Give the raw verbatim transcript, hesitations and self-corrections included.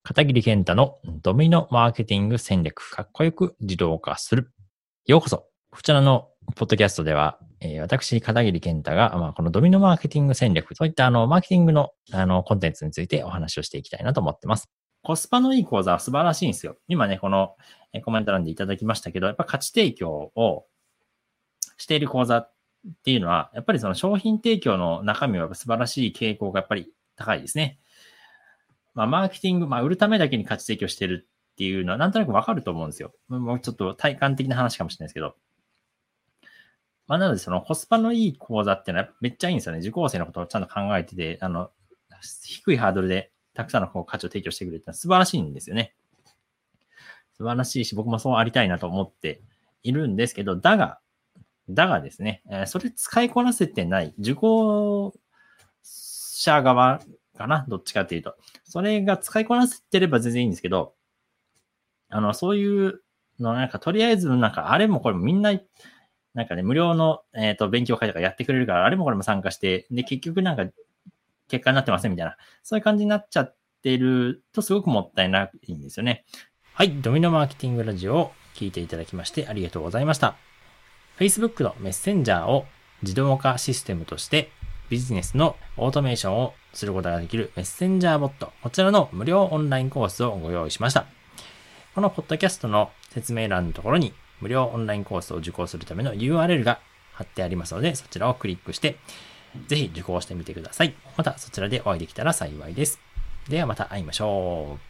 片桐健太のドミノマーケティング戦略、かっこよく自動化する。ようこそ。こちらのポッドキャストでは、えー、私、片桐健太が、まあ、このドミノマーケティング戦略、そういったあのマーケティングのあのコンテンツについてお話をしていきたいなと思ってます。コスパのいい講座は素晴らしいんですよ。今ね、このコメント欄でいただきましたけど、やっぱ価値提供をしている講座っていうのは、やっぱりその商品提供の中身は素晴らしい傾向がやっぱり高いですね。まあ、マーケティング、まあ、売るためだけに価値提供してるっていうのはなんとなくわかると思うんですよ。もうちょっと体感的な話かもしれないですけど。まあ、なのでそのコスパのいい講座っていうのはめっちゃいいんですよね。受講生のことをちゃんと考えてて、あの、低いハードルでたくさんの価値を提供してくれるってのは素晴らしいんですよね。素晴らしいし、僕もそうありたいなと思っているんですけど、だが、だがですね、それ使いこなせてない、受講者側かな、どっちかっていうと。それが使いこなせてれば全然いいんですけど、あの、そういうの、なんか、とりあえず、なんか、あれもこれもみんな、なんかね、無料の、えっと、勉強会とかやってくれるから、あれもこれも参加して、で、結局なんか、結果になってませんみたいな、そういう感じになっちゃってると、すごくもったいないんですよね。はい、ドミノマーケティングラジオを聞いていただきましてありがとうございました。Facebook のメッセンジャーを自動化システムとしてビジネスのオートメーションをすることができるメッセンジャーボット、こちらの無料オンラインコースをご用意しました。このポッドキャストの説明欄のところに無料オンラインコースを受講するための ユーアールエル が貼ってありますので、そちらをクリックしてぜひ受講してみてください。またそちらでお会いできたら幸いです。ではまた会いましょう。